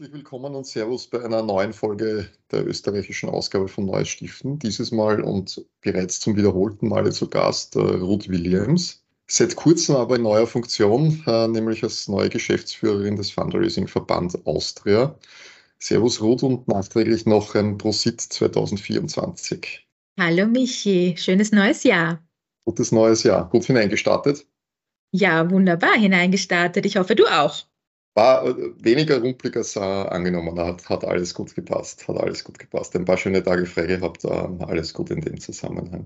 Herzlich willkommen und Servus bei einer neuen Folge der österreichischen Ausgabe von Neues Stiften. Dieses Mal und bereits zum wiederholten Male zu Gast Ruth Williams. Seit kurzem aber in neuer Funktion, nämlich als neue Geschäftsführerin des Fundraising-Verband Austria. Servus Ruth und nachträglich noch ein Prosit 2024. Hallo Michi, schönes neues Jahr. Gutes neues Jahr, gut hineingestartet. Ja, wunderbar hineingestartet. Ich hoffe, du auch. War weniger rumpelig als angenommen, hat alles gut gepasst, hat alles gut gepasst. Ein paar schöne Tage frei gehabt, alles gut in dem Zusammenhang.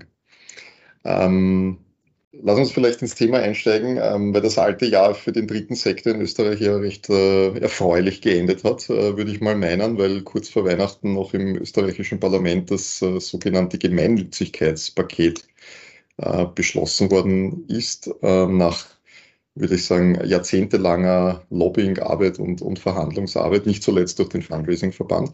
Lass uns vielleicht ins Thema einsteigen, weil das alte Jahr für den dritten Sektor in Österreich ja recht erfreulich geendet hat, würde ich mal meinen, weil kurz vor Weihnachten noch im österreichischen Parlament das sogenannte Gemeinnützigkeitspaket beschlossen worden ist, nach, würde ich sagen, jahrzehntelanger Lobbyingarbeit und Verhandlungsarbeit, nicht zuletzt durch den Fundraising-Verband,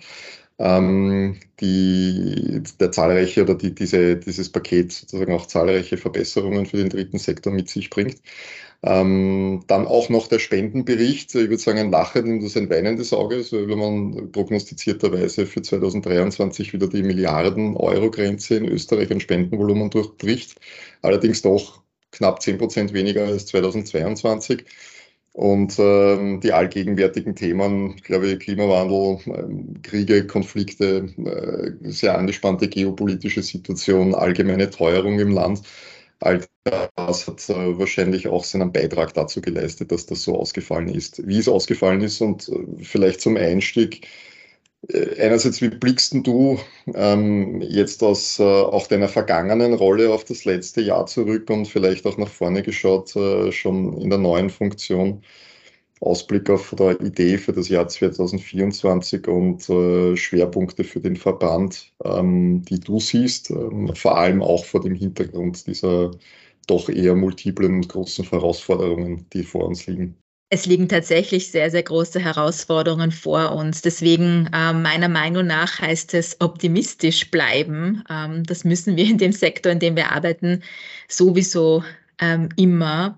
dieses Paket sozusagen auch zahlreiche Verbesserungen für den dritten Sektor mit sich bringt. Dann auch noch der Spendenbericht, ich würde sagen, ein lachendes und ein weinendes Auge, so wenn man prognostizierterweise für 2023 wieder die Milliarden-Euro-Grenze in Österreich an Spendenvolumen durchbricht. Allerdings doch knapp 10% weniger als 2022. Und die allgegenwärtigen Themen, glaube ich, Klimawandel, Kriege, Konflikte, sehr angespannte geopolitische Situation, allgemeine Teuerung im Land. All das hat wahrscheinlich auch seinen Beitrag dazu geleistet, dass das so ausgefallen ist. Wie es ausgefallen ist und vielleicht zum Einstieg, einerseits, wie blickst denn du jetzt aus auch deiner vergangenen Rolle auf das letzte Jahr zurück und vielleicht auch nach vorne geschaut, schon in der neuen Funktion, Ausblick auf der Idee für das Jahr 2024 und Schwerpunkte für den Verband, die du siehst, vor allem auch vor dem Hintergrund dieser doch eher multiplen und großen Herausforderungen, die vor uns liegen? Es liegen tatsächlich sehr, sehr große Herausforderungen vor uns. Deswegen meiner Meinung nach heißt es optimistisch bleiben. Das müssen wir in dem Sektor, in dem wir arbeiten, sowieso immer.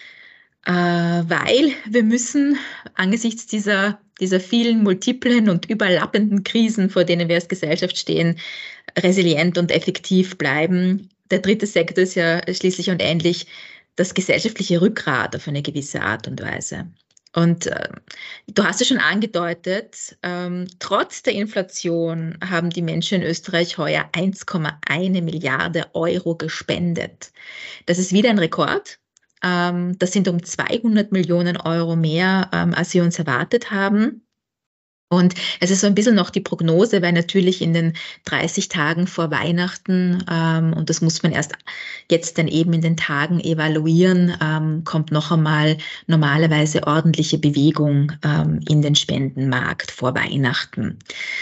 Weil wir müssen angesichts dieser vielen multiplen und überlappenden Krisen, vor denen wir als Gesellschaft stehen, resilient und effektiv bleiben. Der dritte Sektor ist ja schließlich und endlich das gesellschaftliche Rückgrat auf eine gewisse Art und Weise. Und du hast es schon angedeutet, trotz der Inflation haben die Menschen in Österreich heuer 1,1 Milliarde Euro gespendet. Das ist wieder ein Rekord. Das sind um 200 Millionen Euro mehr, als wir uns erwartet haben. Und es ist so ein bisschen noch die Prognose, weil natürlich in den 30 Tagen vor Weihnachten, und das muss man erst jetzt dann eben in den Tagen evaluieren, kommt noch einmal normalerweise ordentliche Bewegung in den Spendenmarkt vor Weihnachten.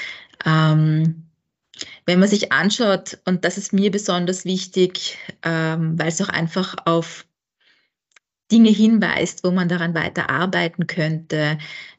Wenn man sich anschaut, und das ist mir besonders wichtig, weil es auch einfach auf Dinge hinweist, wo man daran weiter arbeiten könnte.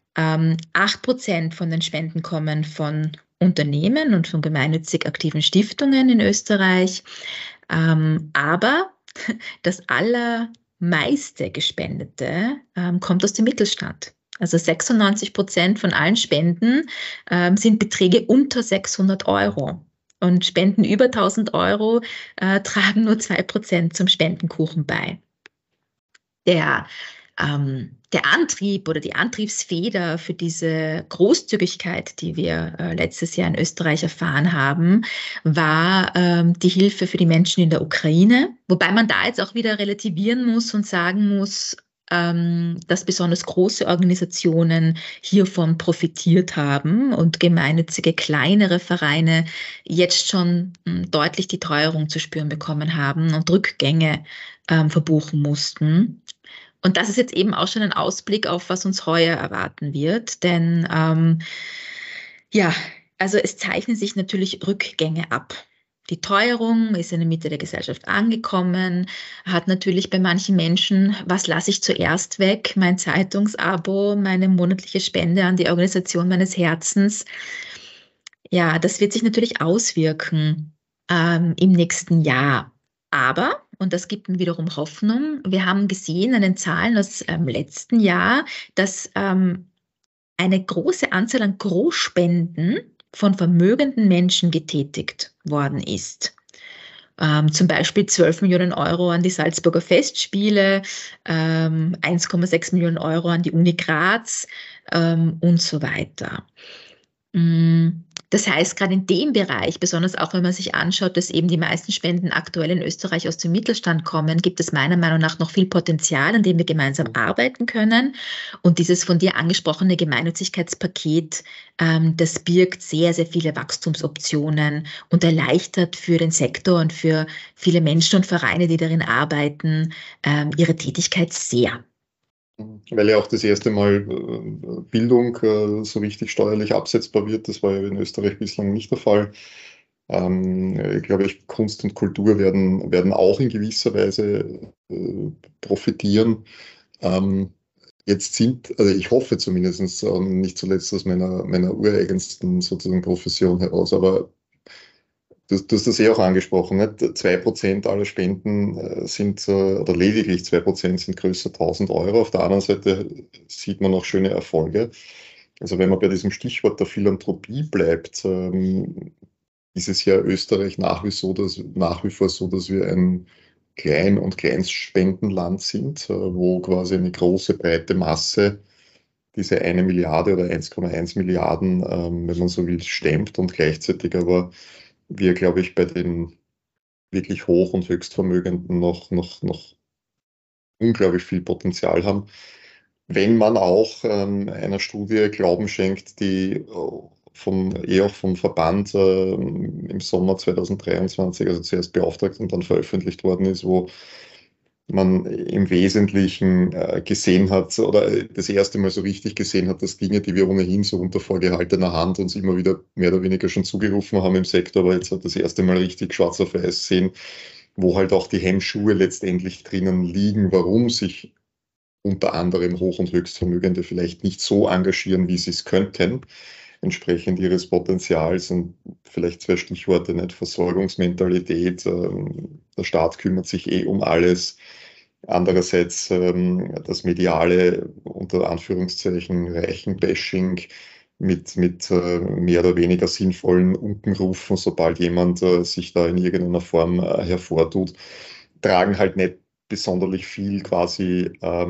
8% von den Spenden kommen von Unternehmen und von gemeinnützig aktiven Stiftungen in Österreich. Aber das allermeiste Gespendete kommt aus dem Mittelstand. Also 96% von allen Spenden sind Beträge unter 600 Euro. Und Spenden über 1000 Euro tragen nur 2% zum Spendenkuchen bei. Der Antrieb oder die Antriebsfeder für diese Großzügigkeit, die wir letztes Jahr in Österreich erfahren haben, war die Hilfe für die Menschen in der Ukraine. Wobei man da jetzt auch wieder relativieren muss und sagen muss, dass besonders große Organisationen hiervon profitiert haben und gemeinnützige kleinere Vereine jetzt schon deutlich die Teuerung zu spüren bekommen haben und Rückgänge verbuchen mussten. Und das ist jetzt eben auch schon ein Ausblick auf, was uns heuer erwarten wird. Denn also es zeichnen sich natürlich Rückgänge ab. Die Teuerung ist in der Mitte der Gesellschaft angekommen, hat natürlich bei manchen Menschen, was lasse ich zuerst weg? Mein Zeitungsabo, meine monatliche Spende an die Organisation meines Herzens. Ja, das wird sich natürlich auswirken im nächsten Jahr. Aber, und das gibt dann wiederum Hoffnung, wir haben gesehen an den Zahlen aus letzten Jahr, dass ein eine große Anzahl an Großspenden von vermögenden Menschen getätigt worden ist. Zum Beispiel 12 Millionen Euro an die Salzburger Festspiele, 1,6 Millionen Euro an die Uni Graz und so weiter. Das heißt, gerade in dem Bereich, besonders auch wenn man sich anschaut, dass eben die meisten Spenden aktuell in Österreich aus dem Mittelstand kommen, gibt es meiner Meinung nach noch viel Potenzial, an dem wir gemeinsam arbeiten können. Und dieses von dir angesprochene Gemeinnützigkeitspaket, das birgt sehr, sehr viele Wachstumsoptionen und erleichtert für den Sektor und für viele Menschen und Vereine, die darin arbeiten, ihre Tätigkeit sehr. Weil ja auch das erste Mal Bildung so richtig steuerlich absetzbar wird. Das war ja in Österreich bislang nicht der Fall. Glaube ich, Kunst und Kultur werden auch in gewisser Weise profitieren. Also ich hoffe zumindest, nicht zuletzt aus meiner ureigensten sozusagen Profession heraus, aber du hast das auch angesprochen, nicht? 2% aller Spenden sind, oder lediglich 2% sind größer 1.000 Euro. Auf der anderen Seite sieht man auch schöne Erfolge. Also wenn man bei diesem Stichwort der Philanthropie bleibt, ist es ja Österreich nach wie vor so, dass wir ein Klein- und Kleinstspendenland sind, wo quasi eine große, breite Masse diese 1 Milliarde oder 1,1 Milliarden, wenn man so will, stemmt und gleichzeitig aber wir, glaube ich, bei den wirklich Hoch- und Höchstvermögenden noch unglaublich viel Potenzial haben. Wenn man auch einer Studie Glauben schenkt, die auch vom Verband im Sommer 2023, also zuerst beauftragt und dann veröffentlicht worden ist, wo man im Wesentlichen gesehen hat oder das erste Mal so richtig gesehen hat, dass Dinge, die wir ohnehin so unter vorgehaltener Hand uns immer wieder mehr oder weniger schon zugerufen haben im Sektor, aber jetzt hat das erste Mal richtig schwarz auf weiß sehen, wo halt auch die Hemmschuhe letztendlich drinnen liegen, warum sich unter anderem Hoch- und Höchstvermögende vielleicht nicht so engagieren, wie sie es könnten, entsprechend ihres Potenzials. Und vielleicht 2 Stichworte, nicht? Versorgungsmentalität, der Staat kümmert sich um alles. Andererseits das mediale, unter Anführungszeichen, Reichenbashing mit mehr oder weniger sinnvollen Unkenrufen, sobald jemand sich da in irgendeiner Form hervortut, tragen halt nicht besonderlich viel quasi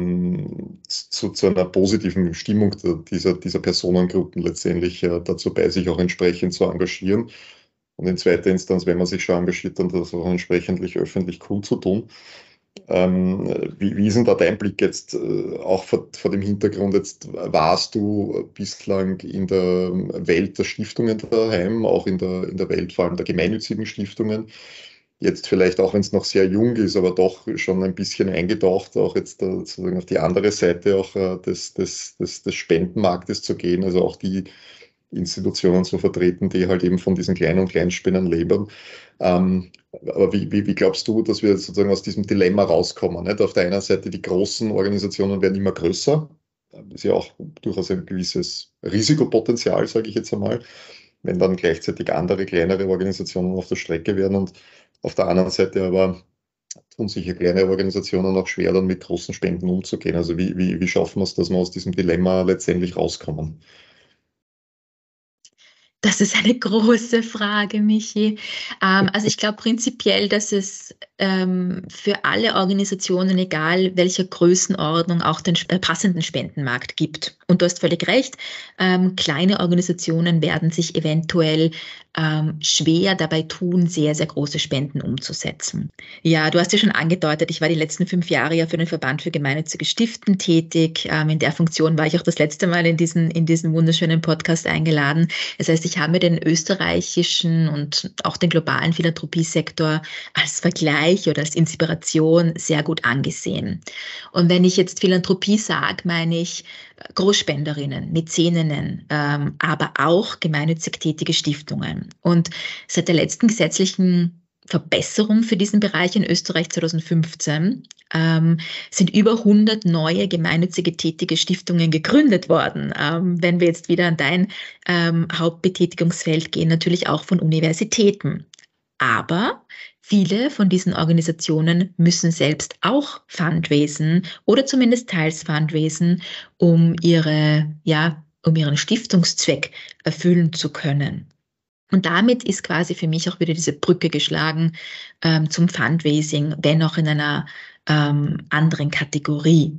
zu einer positiven Stimmung dieser Personengruppen letztendlich dazu bei, sich auch entsprechend zu engagieren. Und in zweiter Instanz, wenn man sich schon engagiert, dann das auch entsprechend öffentlich kundzutun. Wie ist denn da dein Blick jetzt auch vor dem Hintergrund, jetzt warst du bislang in der Welt der Stiftungen daheim, auch in der Welt vor allem der gemeinnützigen Stiftungen, jetzt vielleicht auch wenn es noch sehr jung ist, aber doch schon ein bisschen eingetaucht, auch jetzt sozusagen auf die andere Seite auch des Spendenmarktes zu gehen, also auch die Institutionen zu vertreten, die halt eben von diesen kleinen und Kleinspendern leben. Aber wie glaubst du, dass wir sozusagen aus diesem Dilemma rauskommen? Nicht? Auf der einen Seite, die großen Organisationen werden immer größer. Das ist ja auch durchaus ein gewisses Risikopotenzial, sage ich jetzt einmal, wenn dann gleichzeitig andere, kleinere Organisationen auf der Strecke werden. Und auf der anderen Seite aber tun sich ja kleine Organisationen auch schwer, dann mit großen Spenden umzugehen. Also wie schaffen wir es, dass wir aus diesem Dilemma letztendlich rauskommen? Das ist eine große Frage, Michi. Also ich glaube prinzipiell, dass es für alle Organisationen, egal welcher Größenordnung, auch den passenden Spendenmarkt gibt. Und du hast völlig recht, kleine Organisationen werden sich eventuell schwer dabei tun, sehr, sehr große Spenden umzusetzen. Ja, du hast ja schon angedeutet, ich war die letzten 5 Jahre ja für den Verband für gemeinnützige Stiften tätig. In der Funktion war ich auch das letzte Mal in diesen wunderschönen Podcast eingeladen. Das heißt, ich habe mir den österreichischen und auch den globalen Philanthropiesektor als Vergleich oder als Inspiration sehr gut angesehen. Und wenn ich jetzt Philanthropie sage, meine ich Großspenderinnen, Mäzeninnen, aber auch gemeinnützig tätige Stiftungen. Und seit der letzten gesetzlichen Verbesserung für diesen Bereich in Österreich 2015 sind über 100 neue gemeinnützige tätige Stiftungen gegründet worden. Wenn wir jetzt wieder an dein Hauptbetätigungsfeld gehen, natürlich auch von Universitäten. Aber viele von diesen Organisationen müssen selbst auch fundraisen oder zumindest teils fundraisen, um ihre um ihren Stiftungszweck erfüllen zu können. Und damit ist quasi für mich auch wieder diese Brücke geschlagen zum Fundraising, wenn auch in einer anderen Kategorie.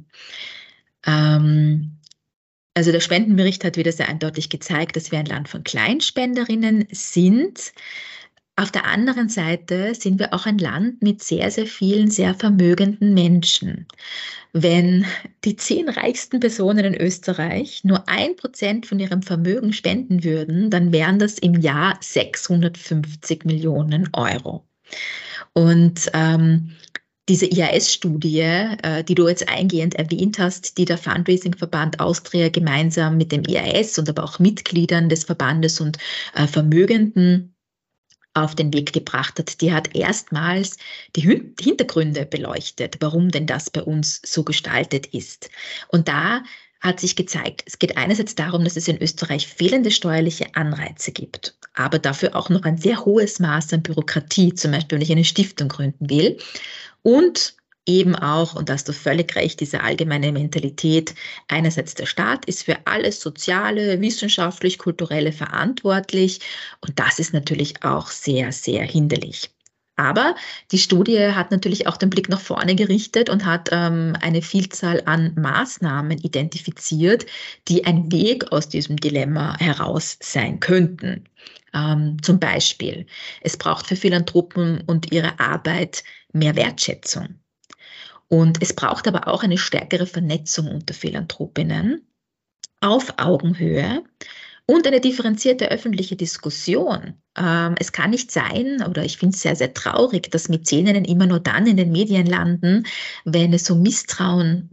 Also der Spendenbericht hat wieder sehr eindeutig gezeigt, dass wir ein Land von Kleinspenderinnen sind. Auf der anderen Seite sind wir auch ein Land mit sehr, sehr vielen sehr vermögenden Menschen. Wenn die 10 reichsten Personen in Österreich nur 1% von ihrem Vermögen spenden würden, dann wären das im Jahr 650 Millionen Euro. Und diese IAS-Studie, die du jetzt eingehend erwähnt hast, die der Fundraising-Verband Austria gemeinsam mit dem IAS und aber auch Mitgliedern des Verbandes und Vermögenden auf den Weg gebracht hat, die hat erstmals die Hintergründe beleuchtet, warum denn das bei uns so gestaltet ist. Und da hat sich gezeigt, es geht einerseits darum, dass es in Österreich fehlende steuerliche Anreize gibt, aber dafür auch noch ein sehr hohes Maß an Bürokratie, zum Beispiel wenn ich eine Stiftung gründen will. Und eben auch, und da hast du völlig recht, diese allgemeine Mentalität, einerseits der Staat ist für alles Soziale, wissenschaftlich, kulturelle verantwortlich und das ist natürlich auch sehr, sehr hinderlich. Aber die Studie hat natürlich auch den Blick nach vorne gerichtet und hat eine Vielzahl an Maßnahmen identifiziert, die ein Weg aus diesem Dilemma heraus sein könnten. Zum Beispiel, es braucht für Philanthropen und ihre Arbeit mehr Wertschätzung. Und es braucht aber auch eine stärkere Vernetzung unter Philanthropinnen auf Augenhöhe und eine differenzierte öffentliche Diskussion. Es kann nicht sein, oder ich finde es sehr, sehr traurig, dass Mäzeninnen immer nur dann in den Medien landen, wenn es um Misstrauen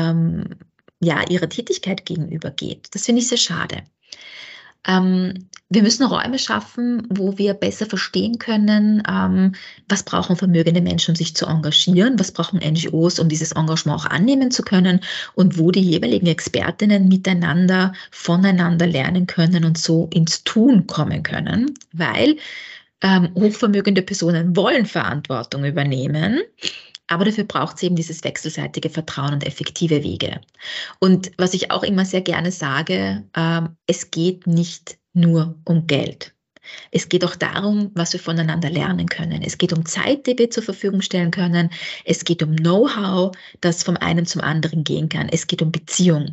ihrer Tätigkeit gegenüber geht. Das finde ich sehr schade. Wir müssen Räume schaffen, wo wir besser verstehen können, was brauchen vermögende Menschen, um sich zu engagieren, was brauchen NGOs, um dieses Engagement auch annehmen zu können und wo die jeweiligen Expertinnen miteinander, voneinander lernen können und so ins Tun kommen können, weil hochvermögende Personen wollen Verantwortung übernehmen. Aber dafür braucht es eben dieses wechselseitige Vertrauen und effektive Wege. Und was ich auch immer sehr gerne sage, es geht nicht nur um Geld. Es geht auch darum, was wir voneinander lernen können. Es geht um Zeit, die wir zur Verfügung stellen können. Es geht um Know-how, das vom einen zum anderen gehen kann. Es geht um Beziehung.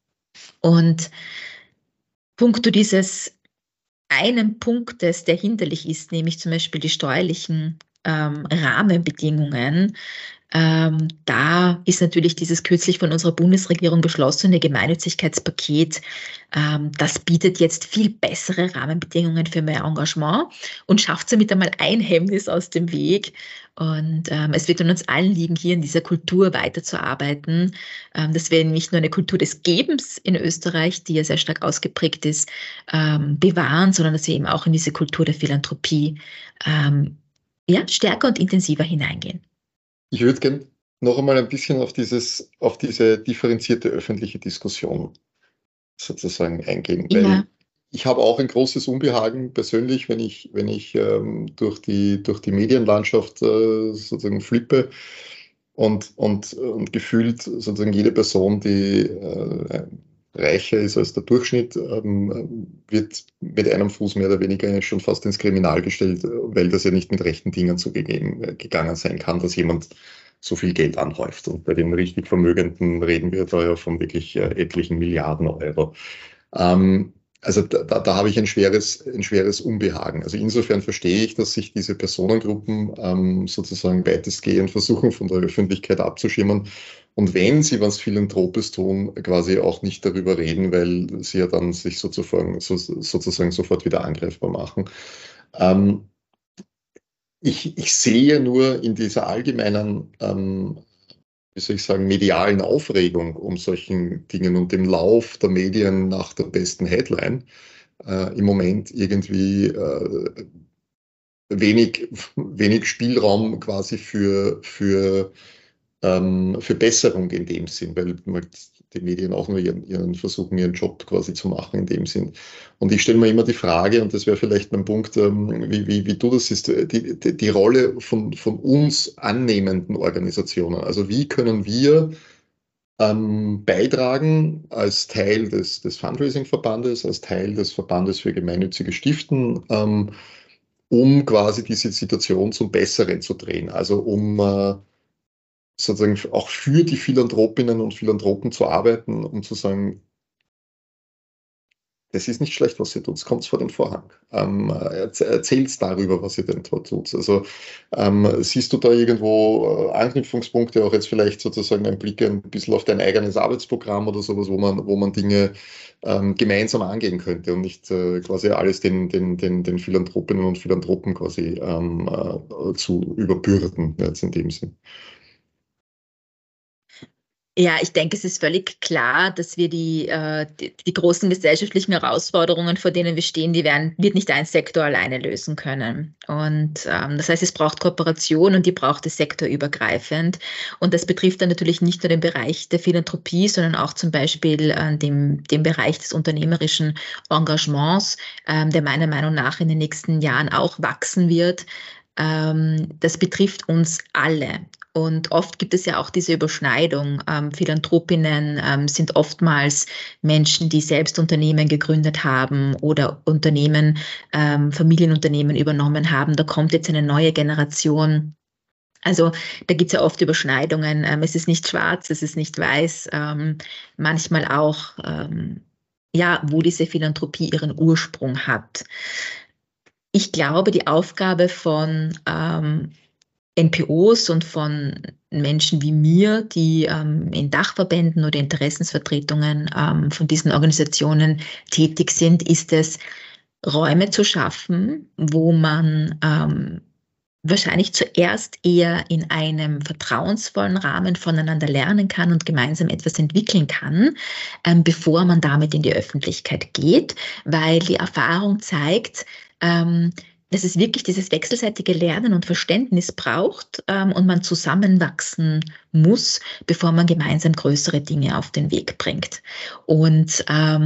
Und puncto dieses einen Punktes, der hinderlich ist, nämlich zum Beispiel die steuerlichen Rahmenbedingungen. Da ist natürlich dieses kürzlich von unserer Bundesregierung beschlossene Gemeinnützigkeitspaket, das bietet jetzt viel bessere Rahmenbedingungen für mehr Engagement und schafft somit einmal ein Hemmnis aus dem Weg. Und es wird an uns allen liegen, hier in dieser Kultur weiterzuarbeiten, dass wir nicht nur eine Kultur des Gebens in Österreich, die ja sehr stark ausgeprägt ist, bewahren, sondern dass wir eben auch in diese Kultur der Philanthropie stärker und intensiver hineingehen. Ich würde gerne noch einmal ein bisschen auf diese differenzierte öffentliche Diskussion sozusagen eingehen, weil ich habe auch ein großes Unbehagen persönlich, wenn ich durch die Medienlandschaft sozusagen flippe und gefühlt sozusagen jede Person, die reicher ist als der Durchschnitt, wird mit einem Fuß mehr oder weniger schon fast ins Kriminal gestellt, weil das ja nicht mit rechten Dingen gegangen sein kann, dass jemand so viel Geld anhäuft. Und bei den richtig Vermögenden reden wir da ja von wirklich etlichen Milliarden Euro. Also da habe ich ein schweres Unbehagen. Also insofern verstehe ich, dass sich diese Personengruppen sozusagen weitestgehend versuchen, von der Öffentlichkeit abzuschirmen. Und wenn sie was Philanthropes tun, quasi auch nicht darüber reden, weil sie ja dann sich sozusagen sofort wieder angreifbar machen. Ich sehe nur in dieser allgemeinen, wie soll ich sagen, medialen Aufregung um solchen Dingen und dem Lauf der Medien nach der besten Headline im Moment irgendwie wenig Spielraum quasi für Besserung in dem Sinn, weil die Medien auch nur versuchen, ihren Job quasi zu machen in dem Sinn. Und ich stelle mir immer die Frage, und das wäre vielleicht mein Punkt, wie du das siehst, die Rolle von uns annehmenden Organisationen. Also wie können wir beitragen als Teil des Fundraising-Verbandes, als Teil des Verbandes für gemeinnützige Stiften, um quasi diese Situation zum Besseren zu drehen. Also um sozusagen auch für die Philanthropinnen und Philanthropen zu arbeiten, um zu sagen, das ist nicht schlecht, was ihr tut, kommt vor den Vorhang. Erzählt darüber, was ihr denn dort tut. Also siehst du da irgendwo Anknüpfungspunkte, auch jetzt vielleicht sozusagen ein Blick ein bisschen auf dein eigenes Arbeitsprogramm oder sowas, wo man Dinge gemeinsam angehen könnte und nicht quasi alles den Philanthropinnen und Philanthropen quasi zu überbürden, jetzt in dem Sinn. Ja, ich denke, es ist völlig klar, dass wir die großen gesellschaftlichen Herausforderungen, vor denen wir stehen, wird nicht ein Sektor alleine lösen können. Und das heißt, es braucht Kooperation und die braucht es sektorübergreifend. Und das betrifft dann natürlich nicht nur den Bereich der Philanthropie, sondern auch zum Beispiel den Bereich des unternehmerischen Engagements, der meiner Meinung nach in den nächsten Jahren auch wachsen wird. Das betrifft uns alle. Und oft gibt es ja auch diese Überschneidung. Philanthropinnen sind oftmals Menschen, die selbst Unternehmen gegründet haben oder Unternehmen, Familienunternehmen übernommen haben. Da kommt jetzt eine neue Generation. Also da gibt es ja oft Überschneidungen. Es ist nicht schwarz, es ist nicht weiß. Manchmal auch, ja, wo diese Philanthropie ihren Ursprung hat. Ich glaube, die Aufgabe von NPOs und von Menschen wie mir, die in Dachverbänden oder Interessensvertretungen von diesen Organisationen tätig sind, ist es, Räume zu schaffen, wo man wahrscheinlich zuerst eher in einem vertrauensvollen Rahmen voneinander lernen kann und gemeinsam etwas entwickeln kann, bevor man damit in die Öffentlichkeit geht, weil die Erfahrung zeigt, dass es wirklich dieses wechselseitige Lernen und Verständnis braucht und man zusammenwachsen muss, bevor man gemeinsam größere Dinge auf den Weg bringt. Und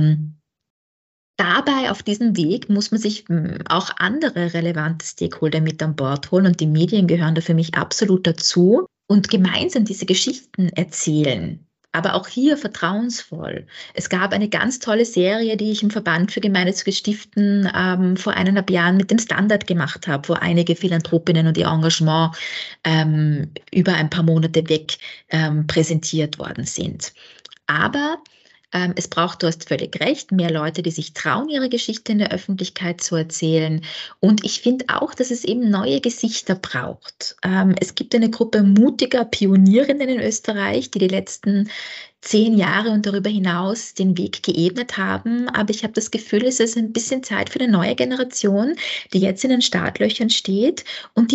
dabei, auf diesem Weg, muss man sich auch andere relevante Stakeholder mit an Bord holen und die Medien gehören da für mich absolut dazu und gemeinsam diese Geschichten erzählen. Aber auch hier vertrauensvoll. Es gab eine ganz tolle Serie, die ich im Verband für gemeinnützige Stiften vor 1,5 Jahren mit dem Standard gemacht habe, wo einige Philanthropinnen und ihr Engagement über ein paar Monate weg präsentiert worden sind. Aber es braucht, du hast völlig recht, mehr Leute, die sich trauen, ihre Geschichte in der Öffentlichkeit zu erzählen. Und ich finde auch, dass es eben neue Gesichter braucht. Es gibt eine Gruppe mutiger Pionierinnen in Österreich, die letzten 10 Jahre und darüber hinaus den Weg geebnet haben. Aber ich habe das Gefühl, es ist ein bisschen Zeit für eine neue Generation, die jetzt in den Startlöchern steht und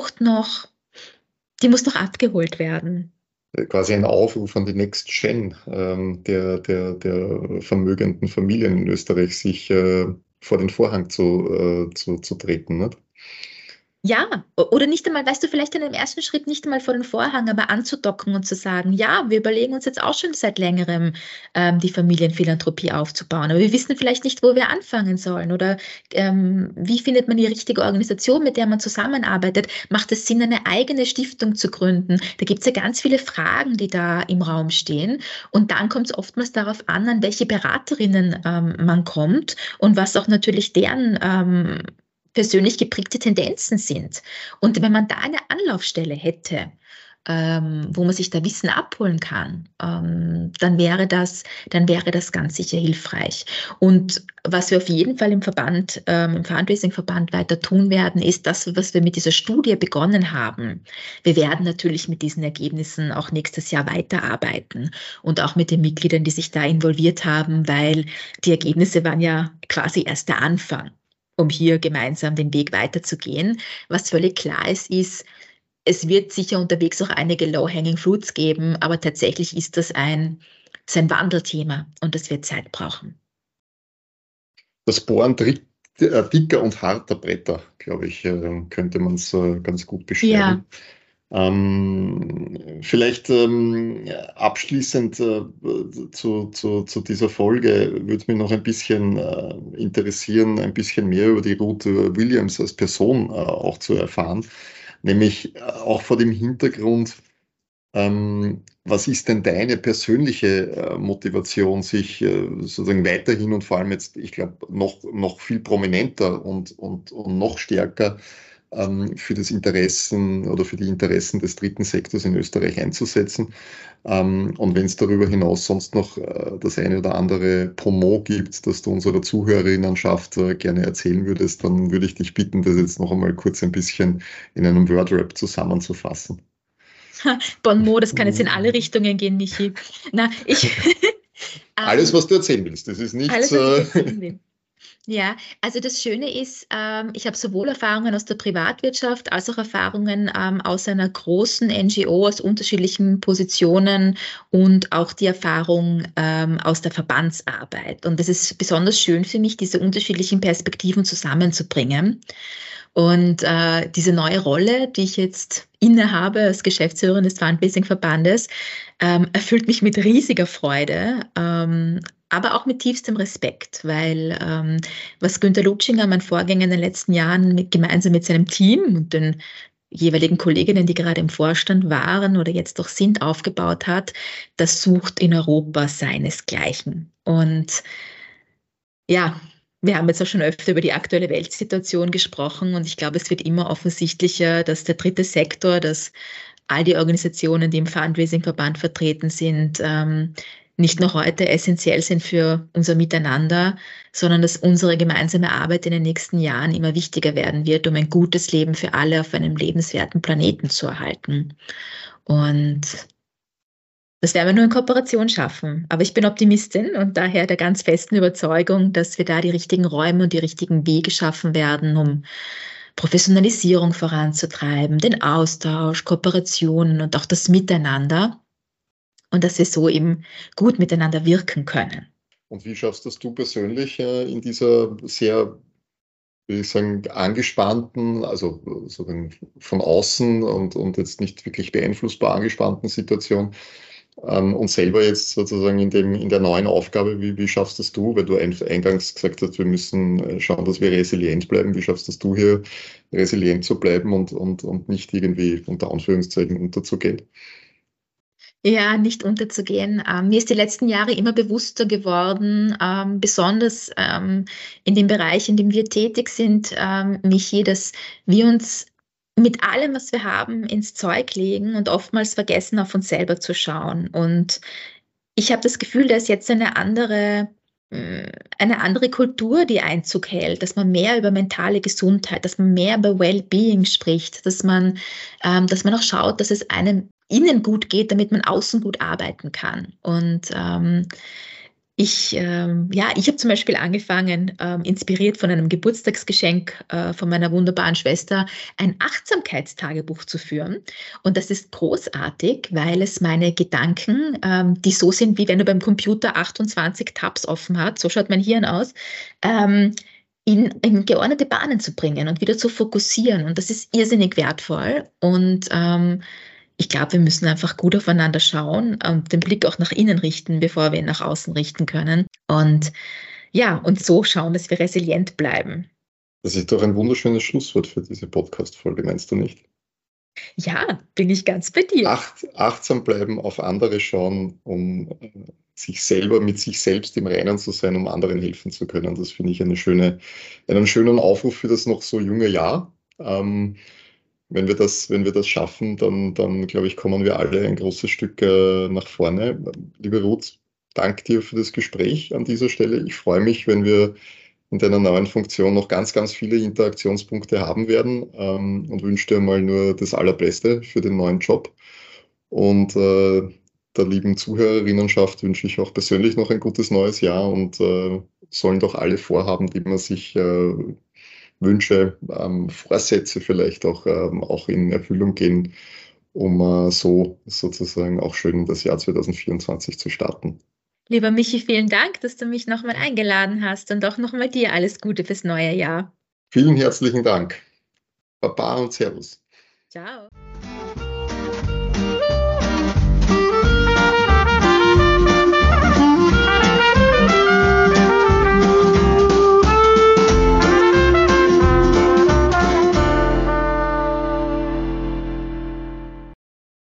die muss noch abgeholt werden. Quasi ein Aufruf an die Next Gen der vermögenden Familien in Österreich, sich vor den Vorhang zu treten. Nicht? Ja, oder nicht einmal, weißt du, vielleicht in dem ersten Schritt nicht einmal vor den Vorhang, aber anzudocken und zu sagen, ja, wir überlegen uns jetzt auch schon seit längerem, die Familienphilanthropie aufzubauen, aber wir wissen vielleicht nicht, wo wir anfangen sollen oder wie findet man die richtige Organisation, mit der man zusammenarbeitet? Macht es Sinn, eine eigene Stiftung zu gründen? Da gibt es ja ganz viele Fragen, die da im Raum stehen und dann kommt es oftmals darauf an welche Beraterinnen man kommt und was auch natürlich deren persönlich geprägte Tendenzen sind. Und wenn man da eine Anlaufstelle hätte, wo man sich da Wissen abholen kann, dann wäre das ganz sicher hilfreich. Und was wir auf jeden Fall im Verband, im Fundraising-Verband weiter tun werden, ist das, was wir mit dieser Studie begonnen haben. Wir werden natürlich mit diesen Ergebnissen auch nächstes Jahr weiterarbeiten und auch mit den Mitgliedern, die sich da involviert haben, weil die Ergebnisse waren ja quasi erst der Anfang, um hier gemeinsam den Weg weiterzugehen. Was völlig klar ist, es wird sicher unterwegs auch einige Low-Hanging Fruits geben, aber tatsächlich ist das ein Wandelthema und das wird Zeit brauchen. Das Bohren dicker und harter Bretter, glaube ich, könnte man es ganz gut beschreiben. Ja. Vielleicht abschließend zu dieser Folge würde mich noch ein bisschen interessieren, ein bisschen mehr über die Ruth Williams als Person auch zu erfahren, nämlich auch vor dem Hintergrund, Was ist denn deine persönliche Motivation, sich sozusagen weiterhin und vor allem jetzt, ich glaube, noch viel prominenter und noch stärker für das Interessen oder für die Interessen des dritten Sektors in Österreich einzusetzen? Und wenn es darüber hinaus sonst noch das eine oder andere Promo gibt, das du unserer Zuhörerinnenschaft gerne erzählen würdest, dann würde ich dich bitten, das jetzt noch einmal kurz ein bisschen in einem Wordrap zusammenzufassen. Bon mot, das kann jetzt in alle Richtungen gehen, Michi. Na, Alles, was du erzählen willst, das ist nichts. alles, was ich erzählen will. Ja, also das Schöne ist, ich habe sowohl Erfahrungen aus der Privatwirtschaft als auch Erfahrungen aus einer großen NGO, aus unterschiedlichen Positionen und auch die Erfahrung aus der Verbandsarbeit. Und das ist besonders schön für mich, diese unterschiedlichen Perspektiven zusammenzubringen. Und diese neue Rolle, die ich jetzt innehabe als Geschäftsführerin des Fundraising-Verbandes, erfüllt mich mit riesiger Freude, aber auch mit tiefstem Respekt, weil was Günter Lutschinger, mein Vorgänger in den letzten Jahren, gemeinsam mit seinem Team und den jeweiligen Kolleginnen, die gerade im Vorstand waren oder jetzt doch sind, aufgebaut hat, das sucht in Europa seinesgleichen. Und ja, wir haben jetzt auch schon öfter über die aktuelle Weltsituation gesprochen und ich glaube, es wird immer offensichtlicher, dass der dritte Sektor, dass all die Organisationen, die im Fundraising-Verband vertreten sind, nicht nur heute essentiell sind für unser Miteinander, sondern dass unsere gemeinsame Arbeit in den nächsten Jahren immer wichtiger werden wird, um ein gutes Leben für alle auf einem lebenswerten Planeten zu erhalten. Und das werden wir nur in Kooperation schaffen. Aber ich bin Optimistin und daher der ganz festen Überzeugung, dass wir da die richtigen Räume und die richtigen Wege schaffen werden, um Professionalisierung voranzutreiben, den Austausch, Kooperationen und auch das Miteinander und dass wir so eben gut miteinander wirken können. Und wie schaffst das du persönlich in dieser sehr, würde ich sagen, angespannten, also sozusagen von außen und jetzt nicht wirklich beeinflussbar angespannten Situation? Und selber jetzt sozusagen in der neuen Aufgabe, wie schaffst das du? Weil du eingangs gesagt hast, wir müssen schauen, dass wir resilient bleiben. Wie schaffst das du hier, resilient zu bleiben und nicht irgendwie unter Anführungszeichen unterzugehen? Ja, nicht unterzugehen. Mir ist die letzten Jahre immer bewusster geworden, besonders in dem Bereich, in dem wir tätig sind, Michi, dass wir uns mit allem, was wir haben, ins Zeug legen und oftmals vergessen, auf uns selber zu schauen. Und ich habe das Gefühl, da ist jetzt eine andere Kultur, die Einzug hält, dass man mehr über mentale Gesundheit, dass man mehr über Wellbeing spricht, dass man auch schaut, dass es einem innen gut geht, damit man außen gut arbeiten kann. Und ich habe zum Beispiel angefangen, inspiriert von einem Geburtstagsgeschenk von meiner wunderbaren Schwester, ein Achtsamkeitstagebuch zu führen. Und das ist großartig, weil es meine Gedanken, die so sind, wie wenn du beim Computer 28 Tabs offen hast, so schaut mein Hirn aus, in geordnete Bahnen zu bringen und wieder zu fokussieren. Und das ist irrsinnig wertvoll. Und ich glaube, wir müssen einfach gut aufeinander schauen und den Blick auch nach innen richten, bevor wir ihn nach außen richten können. Und ja, und so schauen, dass wir resilient bleiben. Das ist doch ein wunderschönes Schlusswort für diese Podcast-Folge, meinst du nicht? Ja, bin ich ganz bei dir. Achtsam bleiben, auf andere schauen, um sich selber mit sich selbst im Reinen zu sein, um anderen helfen zu können. Das finde ich einen schönen Aufruf für das noch so junge Jahr. Wenn wir das schaffen, dann glaube ich, kommen wir alle ein großes Stück nach vorne. Liebe Ruth, danke dir für das Gespräch an dieser Stelle. Ich freue mich, wenn wir in deiner neuen Funktion noch ganz, ganz viele Interaktionspunkte haben werden und wünsche dir mal nur das Allerbeste für den neuen Job. Und der lieben Zuhörerinnenschaft wünsche ich auch persönlich noch ein gutes neues Jahr und sollen doch alle Vorhaben, die man sich Wünsche, Vorsätze vielleicht auch in Erfüllung gehen, um so sozusagen auch schön in das Jahr 2024 zu starten. Lieber Michi, vielen Dank, dass du mich nochmal eingeladen hast und auch nochmal dir alles Gute fürs neue Jahr. Vielen herzlichen Dank. Baba und Servus. Ciao.